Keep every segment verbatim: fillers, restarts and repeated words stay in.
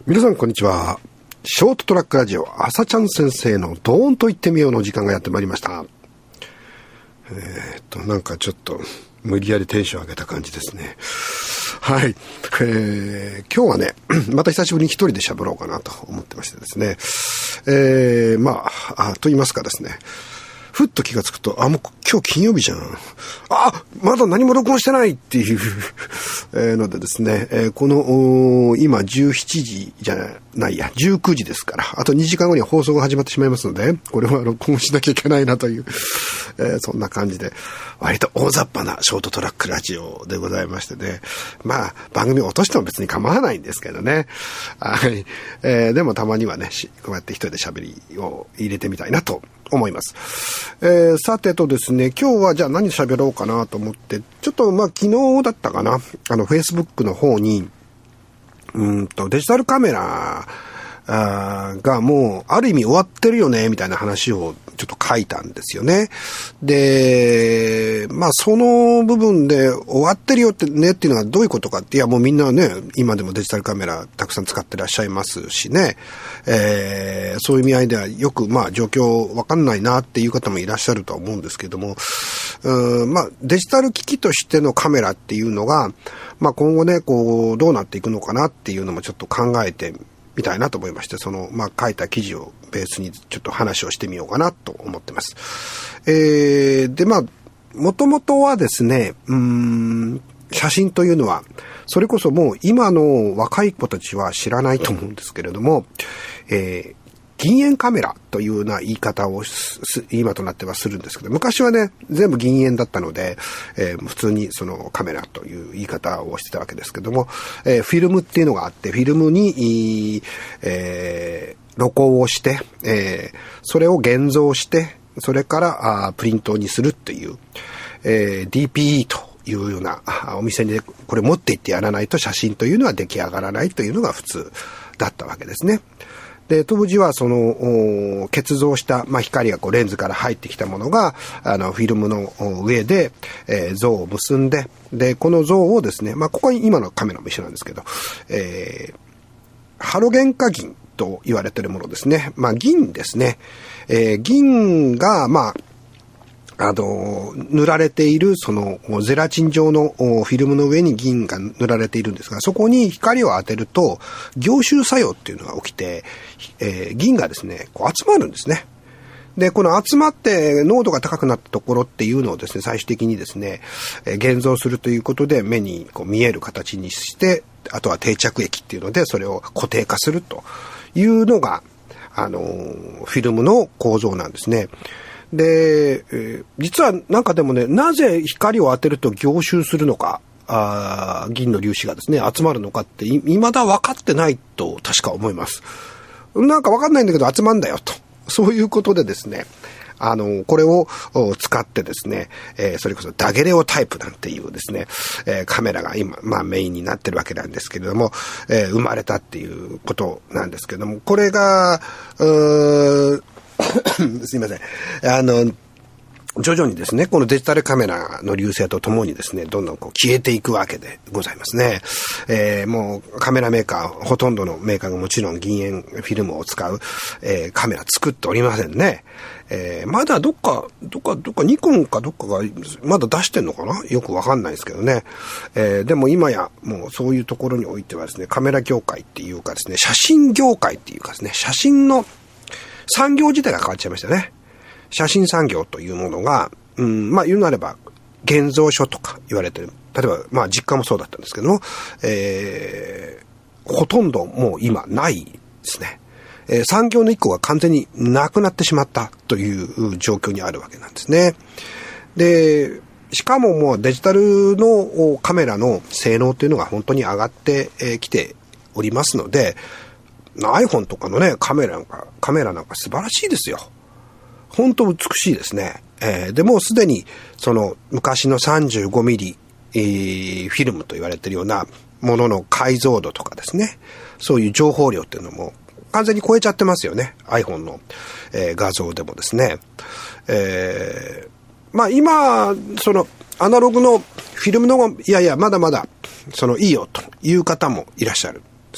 皆さんこんにちは。ショートトラックラジオ朝ちゃん先生のドーンと言ってみようの時間がやってまいりました。えー、っとなんかちょっと無理やりテンション上げた感じですね。はい、えー、今日はねまた久しぶりに一人で喋ろうかなと思ってましてですね、えー、まあ、あと言いますかですね、ふっと気がつくと、あ、もう今日金曜日じゃん。あ、まだ何も録音してないっていうのでですね、えー、この、今じゅうしちじじゃないや、じゅうくじですから、あとにじかんごには放送が始まってしまいますので、これは録音しなきゃいけないなという、えー、そんな感じで、割と大雑把なショートトラックラジオでございましてね、まあ、番組を落としても別に構わないんですけどね。はい。えー、でもたまにはね、こうやって一人で喋りを入れてみたいなと思います。えー、さてとですね、今日はじゃあ何喋ろうかなと思って、ちょっとまあ昨日だったかな、あの Facebook の方に、うんとデジタルカメラあがもうある意味終わってるよねみたいな話をちょっと書いたんですよね。で、まあその部分で終わってるよってねっていうのはどういうことかって、いやもうみんなね、今でもデジタルカメラたくさん使ってらっしゃいますしね、えー、そういう意味合いではよくまあ状況わかんないなっていう方もいらっしゃるとは思うんですけども、うーん、まあデジタル機器としてのカメラっていうのが、まあ今後ね、こうどうなっていくのかなっていうのもちょっと考えてみたいなと思いまして、その、まあ、書いた記事をベースにちょっと話をしてみようかなと思ってます。えー、で、まあ、もともとはですね、うーん、写真というのは、それこそもう今の若い子たちは知らないと思うんですけれども、えー、銀塩カメラというような言い方を今となってはするんですけど、昔はね、全部銀塩だったので、えー、普通にそのカメラという言い方をしてたわけですけども、えー、フィルムっていうのがあって、フィルムに、えー、録音をして、えー、それを現像して、それからあプリントにするっていう、えー、ディーピーイー というようなお店にこれ持って行ってやらないと写真というのは出来上がらないというのが普通だったわけですね。で、当時はその結像した、まあ、光がこうレンズから入ってきたものがあのフィルムの上で、えー、像を結んで、でこの像をですね、まあ、ここに今のカメラも一緒なんですけど、えー、ハロゲン化銀と言われているものですね。まあ、銀ですね。えー、銀がまああの、塗られている、その、ゼラチン状のフィルムの上に銀が塗られているんですが、そこに光を当てると、凝集作用っていうのが起きて、えー、銀がですね、こう集まるんですね。で、この集まって濃度が高くなったところっていうのをですね、最終的にですね、えー、現像するということで目にこう見える形にして、あとは定着液っていうので、それを固定化するというのが、あのー、フィルムの構造なんですね。で、えー、実はなんかでもね、なぜ光を当てると凝集するのか、あ銀の粒子がですね集まるのかってい未だ分かってないと確か思います。なんか分かんないんだけど集まるんだよと、そういうことでですね、あのこれを使ってですね、えー、それこそダゲレオタイプなんていうですね、えー、カメラが今まあメインになってるわけなんですけれども、えー、生まれたっていうことなんですけれども、これがうーすいません。あの、徐々にですね、このデジタルカメラの隆盛とともにですね、どんどんこう消えていくわけでございますね。えー、もうカメラメーカー、ほとんどのメーカーがもちろん銀塩フィルムを使う、えー、カメラ作っておりませんね。えー、まだどっか、どっか、どっかニコンかどっかがまだ出してんのかな、よくわかんないですけどね。えー、でも今やもうそういうところにおいてはですね、カメラ業界っていうかですね、写真業界っていうかですね、写真の産業自体が変わっちゃいましたね。写真産業というものが、うん、まあ言うなれば現像所とか言われてる。例えばまあ実家もそうだったんですけども、えー、ほとんどもう今ないですね。えー、産業の一個が完全になくなってしまったという状況にあるわけなんですね。で、しかももうデジタルのカメラの性能というのが本当に上がってきておりますので、iPhone とかのね、カメラなんか、カメラなんか素晴らしいですよ。本当美しいですね。えー、でもすでに、その、昔の さんじゅうごミリ、えー、フィルムと言われているようなものの解像度とかですね、そういう情報量っていうのも完全に超えちゃってますよね。iPhone の、えー、画像でもですね。えー、まあ今、その、アナログのフィルムの、いやいや、まだまだ、その、いいよという方もいらっしゃるんですね。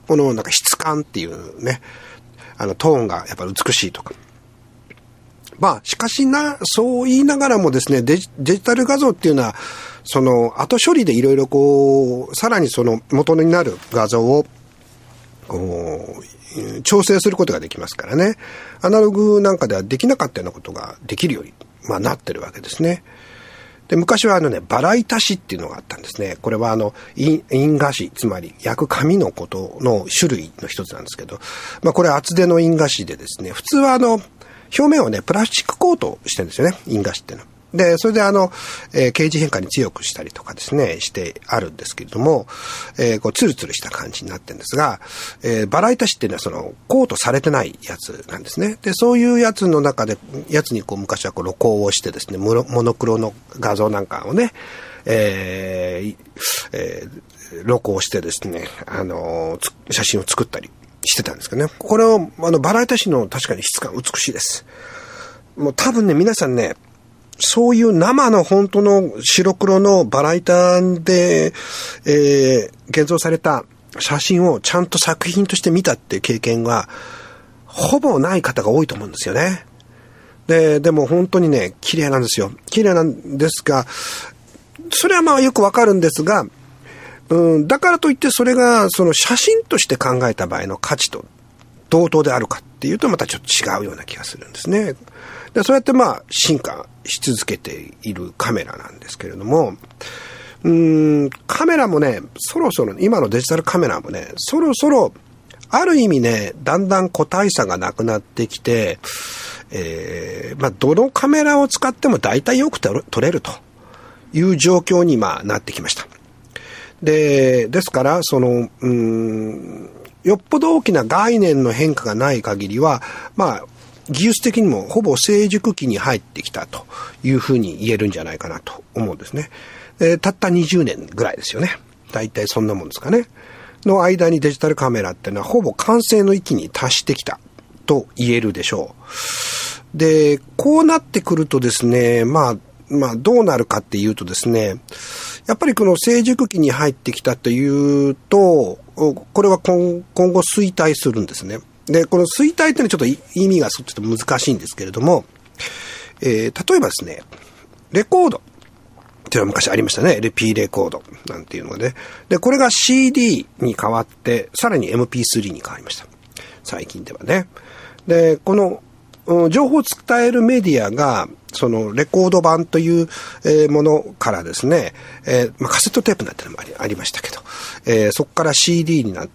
このなんか質感っていうね、あのトーンがやっぱ美しいとか。まあ、しかしな、そう言いながらもですね、デジ、デジタル画像っていうのは、その後処理でいろいろこう、さらにその元になる画像を、こう、調整することができますからね。アナログなんかではできなかったようなことができるように、まあ、なってるわけですね。で、昔はあのね、バラ板紙っていうのがあったんですね。これはあの、印画紙、つまり焼く紙のことの種類の一つなんですけど、まあこれ厚手の印画紙でですね、普通はあの、表面をね、プラスチックコートしてるんですよね、印画紙っていうのは。で、それであの、えー、掲示変化に強くしたりとかですね、してあるんですけれども、えー、こう、ツルツルした感じになってるんですが、えー、バラ板紙っていうのはその、コートされてないやつなんですね。で、そういうやつの中で、やつにこう、昔はこう、露光をしてですね、モノ、モノクロの画像なんかをね、えー、えー、露光してですね、あのー、写真を作ったりしてたんですけどね。これを、あの、バラ板紙の確かに質感美しいです。もう多分ね、皆さんね、そういう生の本当の白黒のバラ板で、えー、現像された写真をちゃんと作品として見たっていう経験がほぼない方が多いと思うんですよね。で、でも本当にね、綺麗なんですよ。綺麗なんですが、それはまあよくわかるんですが、うん、だからといってそれがその写真として考えた場合の価値と同等であるかっていうとまたちょっと違うような気がするんですね。で、そうやってまあ進化し続けているカメラなんですけれども、うーん、カメラもね、そろそろ、今のデジタルカメラもね、そろそろ、ある意味ね、だんだん個体差がなくなってきて、えー、まあ、どのカメラを使っても大体よく撮れるという状況にまあなってきました。で、ですから、その、うーん、よっぽど大きな概念の変化がない限りは、まあ、技術的にもほぼ成熟期に入ってきたというふうに言えるんじゃないかなと思うんですね。えー、たったにじゅうねんぐらいですよね。だいたいそんなもんですかね。の間にデジタルカメラっていうのはほぼ完成の域に達してきたと言えるでしょう。で、こうなってくるとですね、まあ、まあどうなるかっていうとですね、やっぱりこの成熟期に入ってきたというと、これは 今, 今後衰退するんですね。で、この衰退っていうのはちょっと意味がちょっと難しいんですけれども、えー、例えばですね、レコードっていうのは昔ありましたね。エルピー レコードなんていうのがね。で、これが シーディー に変わって、さらに エムピースリー に変わりました。最近ではね。で、この、うん、情報を伝えるメディアが、そのレコード版という、えー、ものからですね、えーまあ、カセットテープなんてのもあ り, ありましたけど、えー、そこから シーディー になって、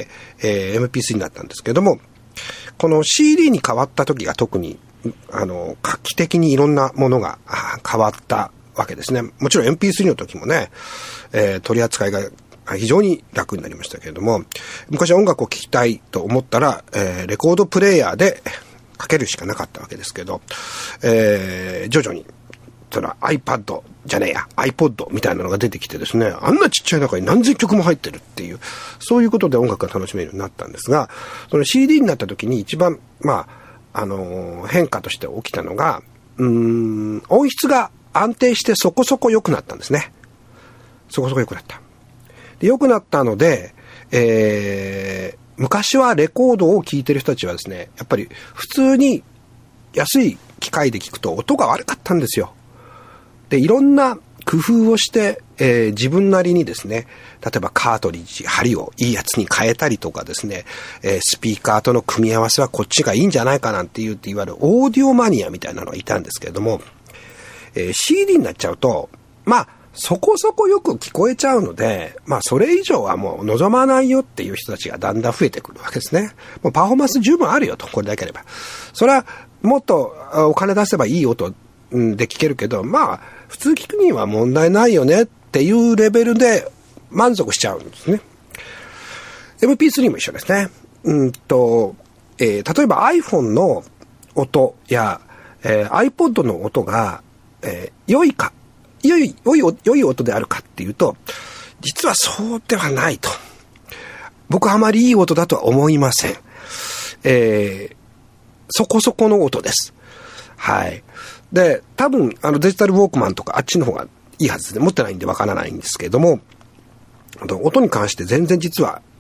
えー、エムピースリー になったんですけども、この シーディー に変わった時が特に、あの、画期的にいろんなものが変わったわけですね。もちろん エムピースリー の時もね、えー、取り扱いが非常に楽になりましたけれども、昔は音楽を聴きたいと思ったら、えー、レコードプレイヤーでかけるしかなかったわけですけど、えー、徐々に、その iPad じゃねえや、iPod みたいなのが出てきてですね、あんなちっちゃい中に何千曲も入ってるっていう、そういうことで音楽が楽しめるようになったんですが、その シーディー になった時に一番、まあ、あのー、変化として起きたのが、うーん、音質が安定してそこそこ良くなったんですね。そこそこ良くなった。で、良くなったので、えー、昔はレコードを聴いてる人たちはですね、やっぱり普通に安い機械で聴くと音が悪かったんですよ。で、いろんな工夫をして、えー、自分なりにですね、例えばカートリッジ、針をいいやつに変えたりとかですね、えー、スピーカーとの組み合わせはこっちがいいんじゃないかなんていうって言われるオーディオマニアみたいなのがいたんですけれども、えー、シーディー になっちゃうと、まあ、そこそこよく聞こえちゃうので、まあそれ以上はもう望まないよっていう人たちがだんだん増えてくるわけですね。もうパフォーマンス十分あるよと、これだけあれば。それはもっとお金出せばいい音で聞けるけど、まあ普通聞くには問題ないよねっていうレベルで満足しちゃうんですね。エムピースリー も一緒ですね。うんと、えー、例えば iPhone の音や、えー、iPod の音が、えー、良いか、良い、良い、良い音であるかっていうと、実はそうではないと。僕はあまりいい音だとは思いません。えー、そこそこの音です。はい。で、多分、あのデジタルウォークマンとかあっちの方がいいはずで、持ってないんでわからないんですけれども、音に関して全然実は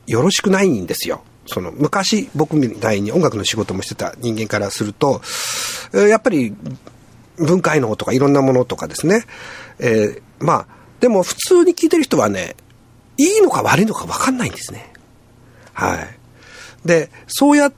よろしくないんですよ。その昔僕みたいに音楽の仕事もしてた人間からすると、やっぱり文化能とかいろんなものとかですね、えー、まあでも普通に聴いてる人はね、いいのか悪いのか分かんないんですね。はい。でそうやって、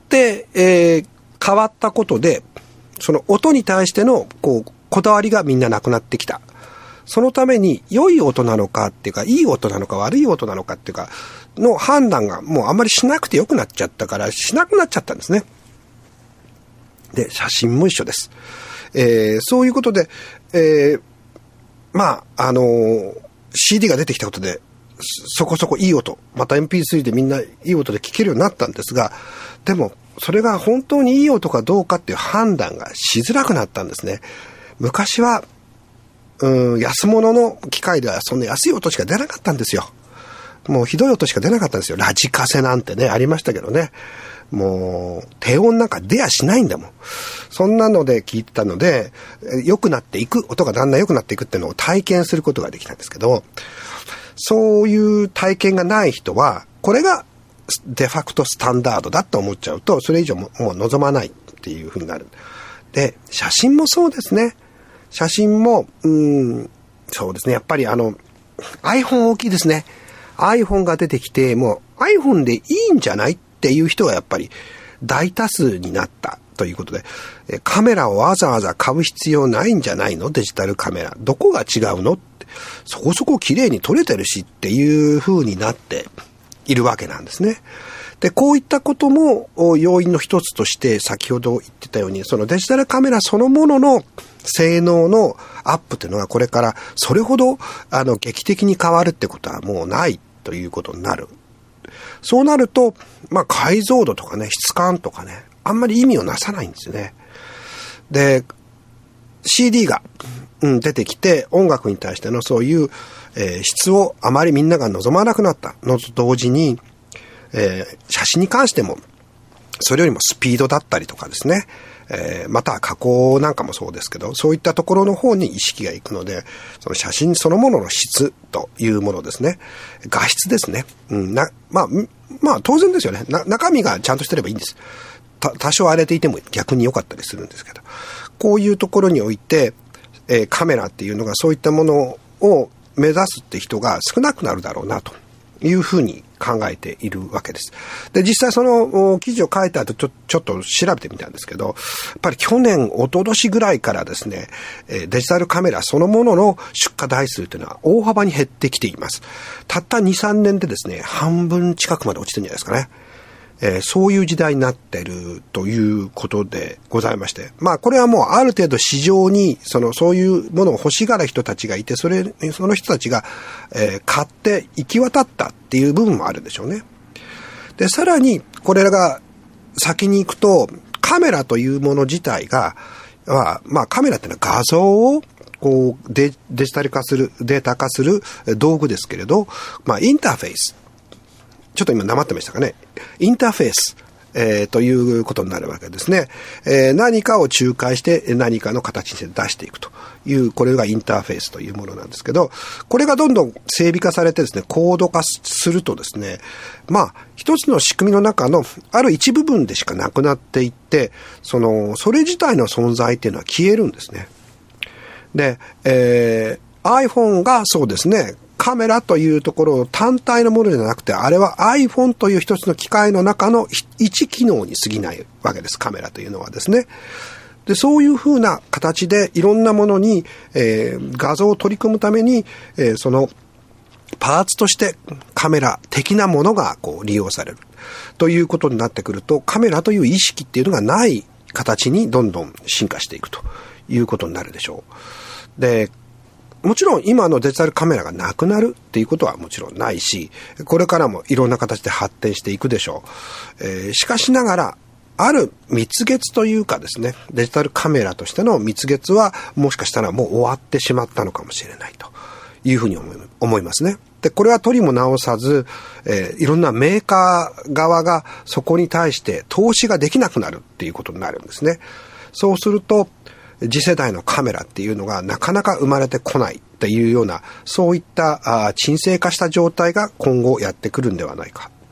えー、変わったことで、その音に対してのこうこだわりがみんななくなってきた。そのために良い音なのかっていうか、いい音なのか悪い音なのかっていうかの判断がもうあんまりしなくてよくなっちゃったから、しなくなっちゃったんですね。で写真も一緒です。えー、そういうことで、えー、まああのー、シーディー が出てきたことでそこそこいい音、また エムピースリー でみんないい音で聴けるようになったんですが、でもそれが本当にいい音かどうかっていう判断がしづらくなったんですね。昔はうん安物の機械ではそんな安い音しか出なかったんですよ。もうひどい音しか出なかったんですよ。ラジカセなんてねありましたけどね、もう低音なんか出やしないんだもん。そんなので聞いてたので、良くなっていく、音がだんだん良くなっていくっていうのを体験することができたんですけど、そういう体験がない人はこれがデファクトスタンダードだと思っちゃうと、それ以上ももう望まないっていう風になる。で写真もそうですね。写真もうーんそうですね、やっぱりあの iPhone 大きいですね。 iPhone が出てきて、もう iPhone でいいんじゃないっていう人がやっぱり大多数になったということで、カメラをわざわざ買う必要ないんじゃないの、デジタルカメラどこが違うのって、そこそこ綺麗に撮れてるしっていう風になっているわけなんですね。でこういったことも要因の一つとして、先ほど言ってたようにそのデジタルカメラそのものの性能のアップというのがこれからそれほどあの劇的に変わるってことはもうないということになる。そうなると、まあ、解像度とかね質感とかねあんまり意味をなさないんですよね。で シーディー が、うん、出てきて音楽に対してのそういう、えー、質をあまりみんなが望まなくなったのと同時に、えー、写真に関してもそれよりもスピードだったりとかですね、えー、または加工なんかもそうですけど、そういったところの方に意識がいくので、その写真そのものの質というものですね、画質ですね、うん、なまあまあ当然ですよね。な中身がちゃんとしてればいいんです。た多少荒れていても逆に良かったりするんですけど、こういうところにおいて、えー、カメラっていうのがそういったものを目指すって人が少なくなるだろうなというふうに考えているわけです。で実際その記事を書いた後ちょ、ちょっと調べてみたんですけど、やっぱり去年一昨年ぐらいからですね、デジタルカメラそのものの出荷台数というのは大幅に減ってきています。たった にさんねんでですね半分近くまで落ちてるんじゃないですかね。えー、そういう時代になっているということでございまして、まあこれはもうある程度市場にそのそういうものを欲しがる人たちがいて、それその人たちが、えー、買って行き渡ったっていう部分もあるでしょうね。でさらにこれらが先に行くと、カメラというもの自体がは、まあカメラっていうのは画像をこう デ, デジタル化するデータ化する道具ですけれど、まあインターフェース、ちょっと今なまってましたかね。インターフェース、えー、ということになるわけですね。えー、何かを仲介して何かの形に出していくという、これがインターフェースというものなんですけど、これがどんどん整備化されてですね、高度化するとですね、まあ一つの仕組みの中のある一部分でしかなくなっていって、そのそれ自体の存在っていうのは消えるんですね。で、えー、iPhone がそうですね、カメラというところを単体のものじゃなくて、あれは iPhone という一つの機械の中の一機能に過ぎないわけです。カメラというのはですね。でそういうふうな形でいろんなものに、えー、画像を取り込むために、えー、そのパーツとしてカメラ的なものがこう利用されるということになってくると、カメラという意識っていうのがない形にどんどん進化していくということになるでしょう。でもちろん今のデジタルカメラがなくなるっていうことはもちろんないし、これからもいろんな形で発展していくでしょう。えー、しかしながら、ある蜜月というかですね、デジタルカメラとしての蜜月はもしかしたらもう終わってしまったのかもしれないというふうに思いますね。で、これは取りも直さず、えー、いろんなメーカー側がそこに対して投資ができなくなるっていうことになるんですね。そうすると、次世代のカメラっていうのがなかなか生まれてこないっていうような、そういったあ沈静化した状態が今後やってくるんではないか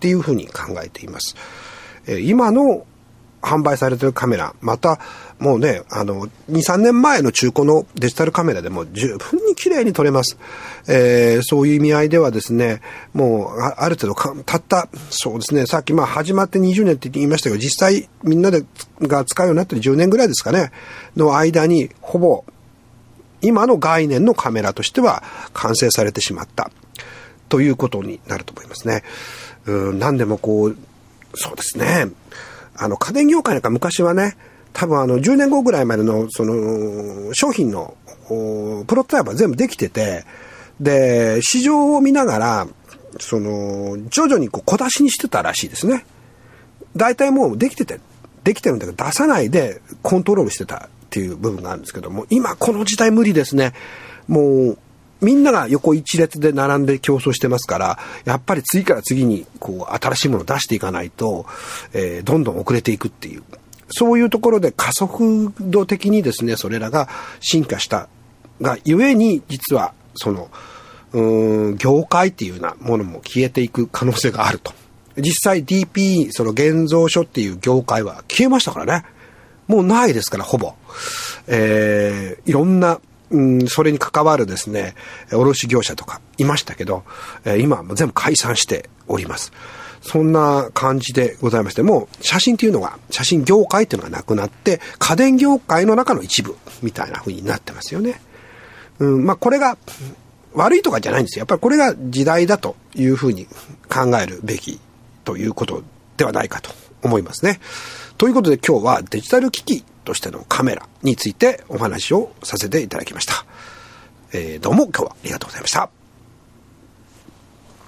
っていうふうに考えています。えー、今の販売されているカメラ、またもうね、あのに、さんねんまえの中古のデジタルカメラでも十分に綺麗に撮れます。えー、そういう意味合いではですね、もう あ, ある程度かたったそうですね、さっきまあ始まってにじゅうねんって言いましたけど、実際みんなでが使うようになってじゅうねんぐらいですかねの間に、ほぼ今の概念のカメラとしては完成されてしまったということになると思いますね。うん、何でもこうそうですね、あの家電業界なんか昔はね、多分あのじゅうねんごぐらいまでのその商品のプロトタイプは全部できてて、で市場を見ながらその徐々にこう小出しにしてたらしいですね。大体もうできててできてるんだけど出さないでコントロールしてたっていう部分があるんですけども、今この時代無理ですね。もうみんなが横一列で並んで競争してますから、やっぱり次から次にこう新しいものを出していかないと、えー、どんどん遅れていくっていう、そういうところで加速度的にですね、それらが進化したがゆえに、実はそのうーん業界っていうようなものも消えていく可能性があると。実際 ディーピー その現像書っていう業界は消えましたからね。もうないですから、ほぼ、えー、いろんなうん、それに関わるですね、卸業者とかいましたけど、えー、今はもう全部解散しております。そんな感じでございまして、もう写真っていうのが、写真業界っていうのがなくなって、家電業界の中の一部みたいな風になってますよね。うん、まあこれが悪いとかじゃないんですよ。やっぱりこれが時代だという風に考えるべきということではないかと思いますね。ということで今日はデジタル機器としてのカメラについてお話をさせていただきました。えー、どうも今日はありがとうございました。